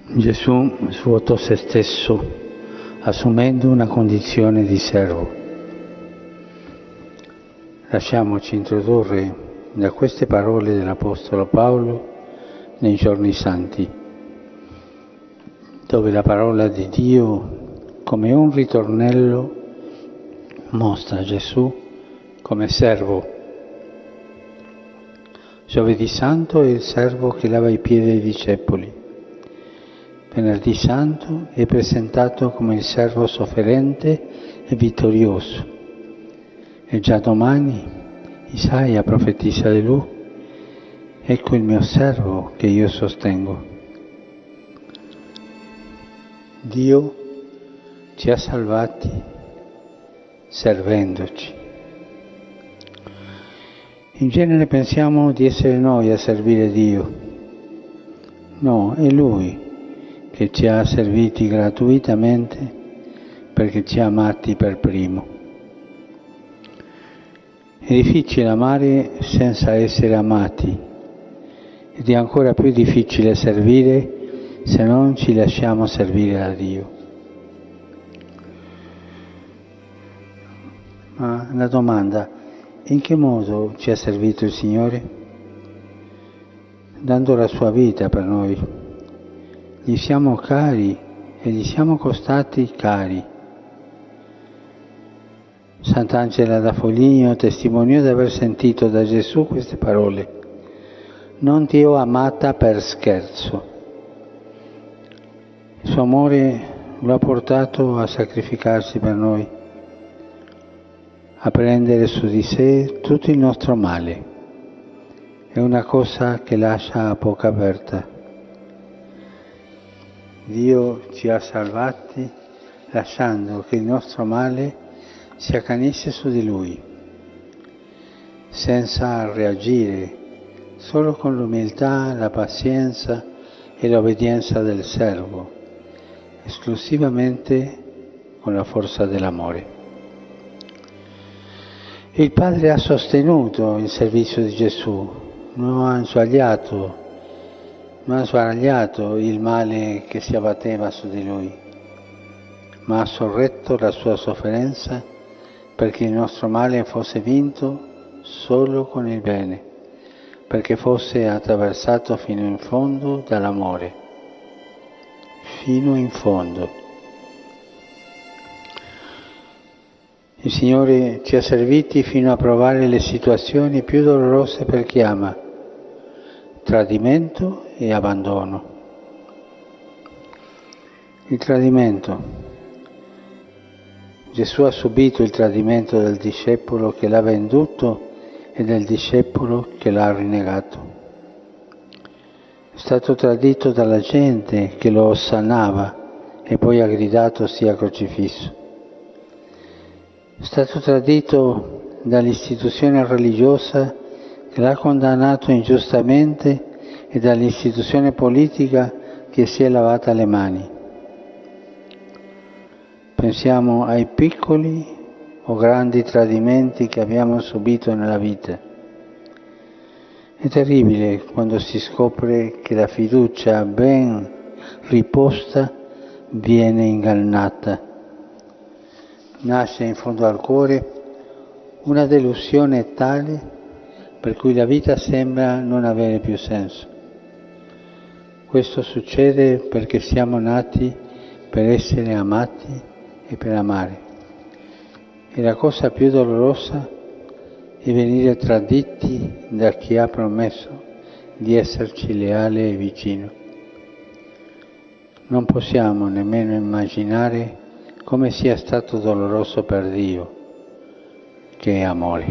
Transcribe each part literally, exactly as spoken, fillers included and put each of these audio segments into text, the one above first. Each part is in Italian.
Gesù svuotò se stesso, assumendo una condizione di servo. Lasciamoci introdurre da queste parole dell'Apostolo Paolo nei Giorni Santi, dove la parola di Dio, come un ritornello, mostra Gesù come servo. Giovedì Santo è il servo che lava i piedi ai discepoli. Venerdì Santo è presentato come il servo sofferente e vittorioso. E già domani Isaia profetizza di lui: ecco il mio servo che io sostengo. Dio ci ha salvati servendoci. In genere pensiamo di essere noi a servire Dio. No, è Lui che ci ha serviti gratuitamente perché ci ha amati per primo. È difficile amare senza essere amati ed è ancora più difficile servire se non ci lasciamo servire da Dio. Ma la domanda: in che modo ci ha servito il Signore? Dando la sua vita per noi. Gli siamo cari e gli siamo costati cari. Sant'Angela da Foligno testimoniò di aver sentito da Gesù queste parole: non ti ho amata per scherzo. Il suo amore lo ha portato a sacrificarsi per noi, a prendere su di sé tutto il nostro male. È una cosa che lascia a bocca aperta. Dio ci ha salvati lasciando che il nostro male si accanisse su di Lui, senza reagire, solo con l'umiltà, la pazienza e l'obbedienza del servo, esclusivamente con la forza dell'amore. Il Padre ha sostenuto il servizio di Gesù, non ha sbagliato, non ha sbaragliato il male che si abbatteva su di Lui, ma ha sorretto la sua sofferenza perché il nostro male fosse vinto solo con il bene, perché fosse attraversato fino in fondo dall'amore, fino in fondo. Il Signore ci ha serviti fino a provare le situazioni più dolorose per chi ama: tradimento e abbandono. Il tradimento. Gesù ha subito il tradimento del discepolo che l'ha venduto e del discepolo che l'ha rinnegato. È stato tradito dalla gente che lo osannava e poi ha gridato sia crocifisso. È stato tradito dall'istituzione religiosa che l'ha condannato ingiustamente e dall'istituzione politica che si è lavata le mani. Pensiamo ai piccoli o grandi tradimenti che abbiamo subito nella vita. È terribile quando si scopre che la fiducia ben riposta viene ingannata. Nasce in fondo al cuore una delusione tale per cui la vita sembra non avere più senso. Questo succede perché siamo nati per essere amati e per amare. E la cosa più dolorosa è venire traditi da chi ha promesso di esserci leale e vicino. Non possiamo nemmeno immaginare come sia stato doloroso per Dio, che è amore.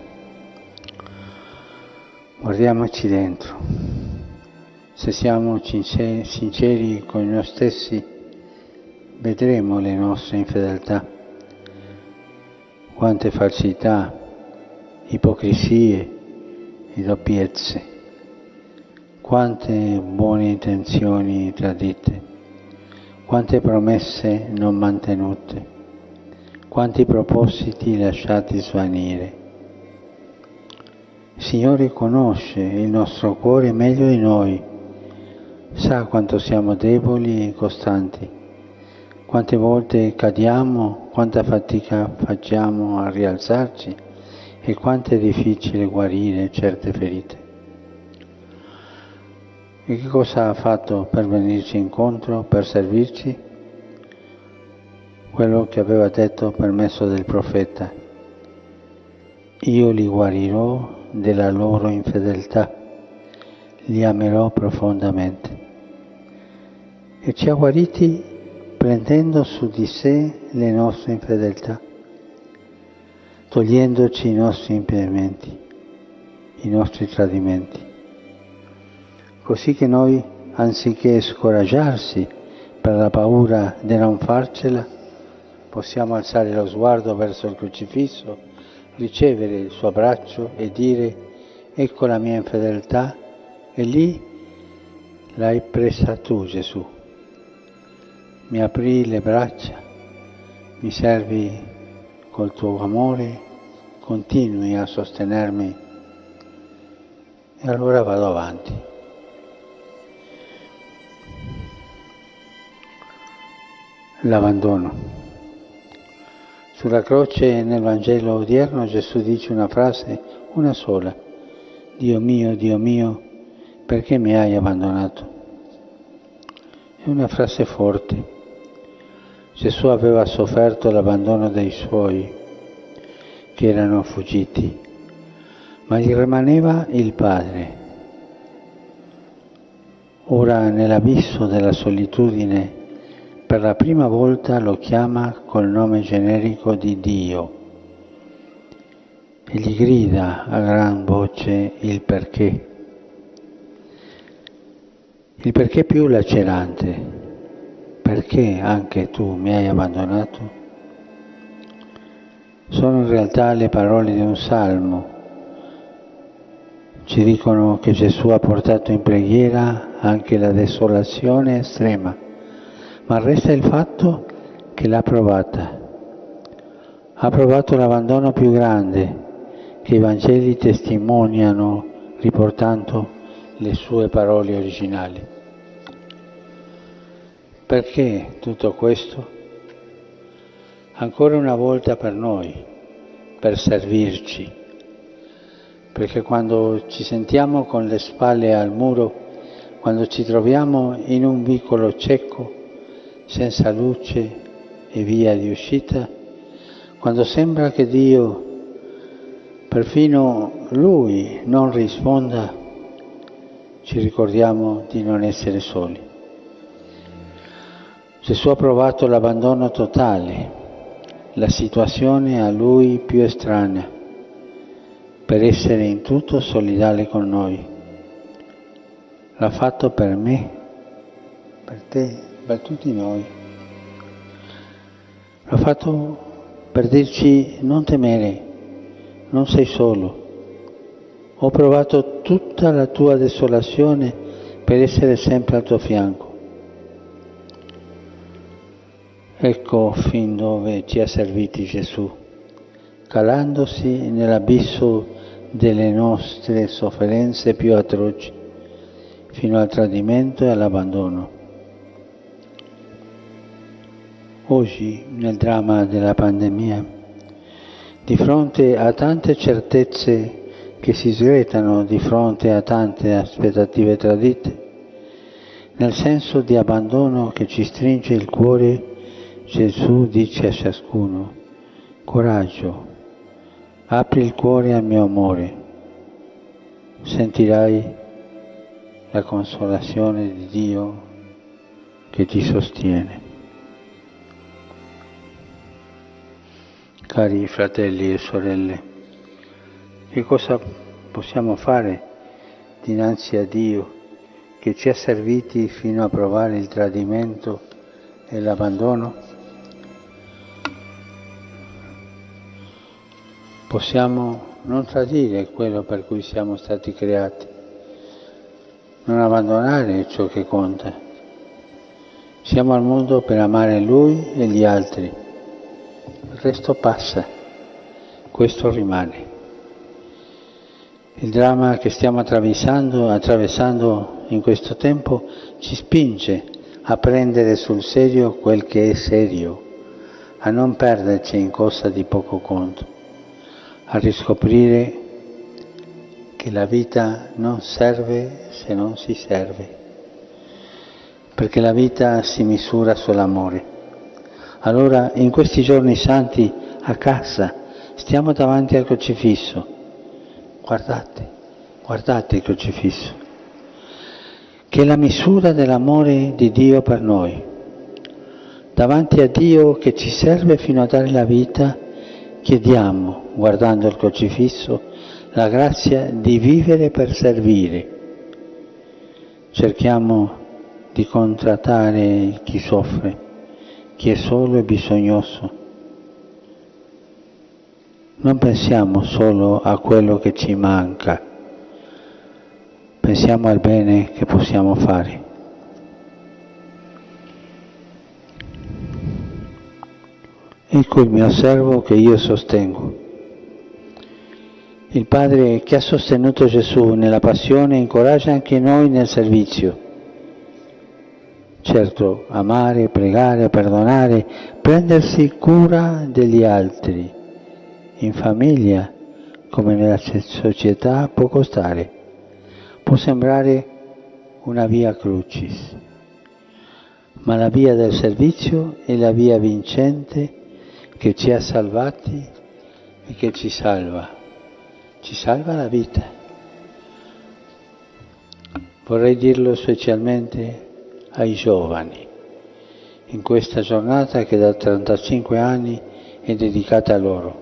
Guardiamoci dentro. Se siamo sinceri con noi stessi, vedremo le nostre infedeltà, quante falsità, ipocrisie e doppiezze, quante buone intenzioni tradite, quante promesse non mantenute, quanti propositi lasciati svanire. Il Signore conosce il nostro cuore meglio di noi, sa quanto siamo deboli e costanti, quante volte cadiamo, quanta fatica facciamo a rialzarci e quanto è difficile guarire certe ferite. E che cosa ha fatto per venirci incontro, per servirci? Quello che aveva detto per mezzo del profeta: io li guarirò della loro infedeltà, li amerò profondamente. E ci ha guariti prendendo su di sé le nostre infedeltà, togliendoci i nostri impedimenti, i nostri tradimenti, così che noi, anziché scoraggiarsi per la paura di non farcela, possiamo alzare lo sguardo verso il crocifisso, ricevere il suo abbraccio e dire: ecco la mia infedeltà, e lì l'hai presa tu, Gesù. Mi apri le braccia, mi servi col tuo amore, continui a sostenermi e allora vado avanti. L'abbandono. Sulla croce nel Vangelo odierno Gesù dice una frase, una sola: Dio mio, Dio mio, perché mi hai abbandonato? È una frase forte. Gesù aveva sofferto l'abbandono dei suoi, che erano fuggiti, ma gli rimaneva il Padre. Ora, nell'abisso della solitudine, per la prima volta lo chiama col nome generico di Dio e gli grida a gran voce il perché. Il perché più lacerante: perché anche tu mi hai abbandonato? Sono in realtà le parole di un salmo. Ci dicono che Gesù ha portato in preghiera anche la desolazione estrema, ma resta il fatto che l'ha provata. Ha provato l'abbandono più grande che i Vangeli testimoniano riportando le sue parole originali. Perché tutto questo? Ancora una volta per noi, per servirci, perché quando ci sentiamo con le spalle al muro, quando ci troviamo in un vicolo cieco, senza luce e via di uscita, quando sembra che Dio, perfino Lui, non risponda, ci ricordiamo di non essere soli. Gesù ha provato l'abbandono totale, la situazione a Lui più estranea, per essere in tutto solidale con noi. L'ha fatto per me, per te, per tutti noi. L'ha fatto per dirci: non temere, non sei solo. Ho provato tutta la tua desolazione per essere sempre al tuo fianco. Ecco fin dove ci ha serviti Gesù, calandosi nell'abisso delle nostre sofferenze più atroci, fino al tradimento e all'abbandono. Oggi, nel dramma della pandemia, di fronte a tante certezze che si sgretano, di fronte a tante aspettative tradite, nel senso di abbandono che ci stringe il cuore, Gesù dice a ciascuno: coraggio, apri il cuore al mio amore, sentirai la consolazione di Dio che ti sostiene. Cari fratelli e sorelle, che cosa possiamo fare dinanzi a Dio che ci ha serviti fino a provare il tradimento e l'abbandono? Possiamo non tradire quello per cui siamo stati creati, non abbandonare ciò che conta. Siamo al mondo per amare Lui e gli altri. Il resto passa, questo rimane. Il dramma che stiamo attraversando, attraversando in questo tempo ci spinge a prendere sul serio quel che è serio, a non perderci in cosa di poco conto, a riscoprire che la vita non serve se non si serve, perché la vita si misura sull'amore. Allora, in questi giorni santi, a casa, stiamo davanti al crocifisso. Guardate, guardate il crocifisso, che è la misura dell'amore di Dio per noi. Davanti a Dio che ci serve fino a dare la vita, chiediamo, guardando il crocifisso, la grazia di vivere per servire. Cerchiamo di contrattare chi soffre, chi è solo e bisognoso. Non pensiamo solo a quello che ci manca, pensiamo al bene che possiamo fare. Ecco il mio servo che io sostengo. Il Padre che ha sostenuto Gesù nella passione incoraggia anche noi nel servizio. Certo, amare, pregare, perdonare, prendersi cura degli altri, in famiglia come nella società, può costare, può sembrare una via crucis, ma la via del servizio è la via vincente che ci ha salvati e che ci salva, ci salva la vita. Vorrei dirlo specialmente ai giovani, in questa giornata che da trentacinque anni è dedicata a loro.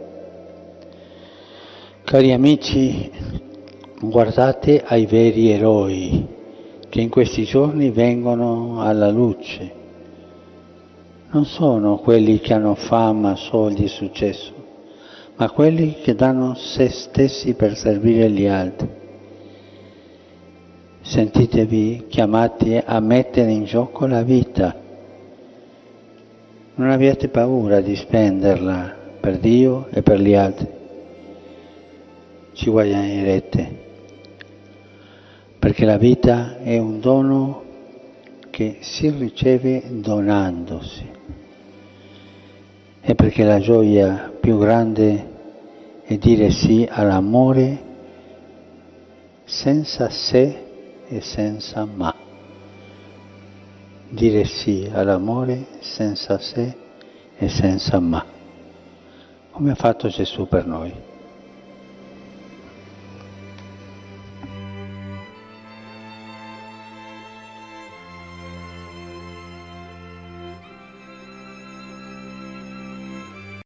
Cari amici, guardate ai veri eroi che in questi giorni vengono alla luce. Non sono quelli che hanno fama, soldi e successo, ma quelli che danno se stessi per servire gli altri. Sentitevi chiamati a mettere in gioco la vita. Non abbiate paura di spenderla per Dio e per gli altri. Ci guadagnerete, perché la vita è un dono che si riceve donandosi, e perché la gioia più grande è dire sì all'amore senza se e senza ma. Dire sì all'amore senza se e senza ma, come ha fatto Gesù per noi.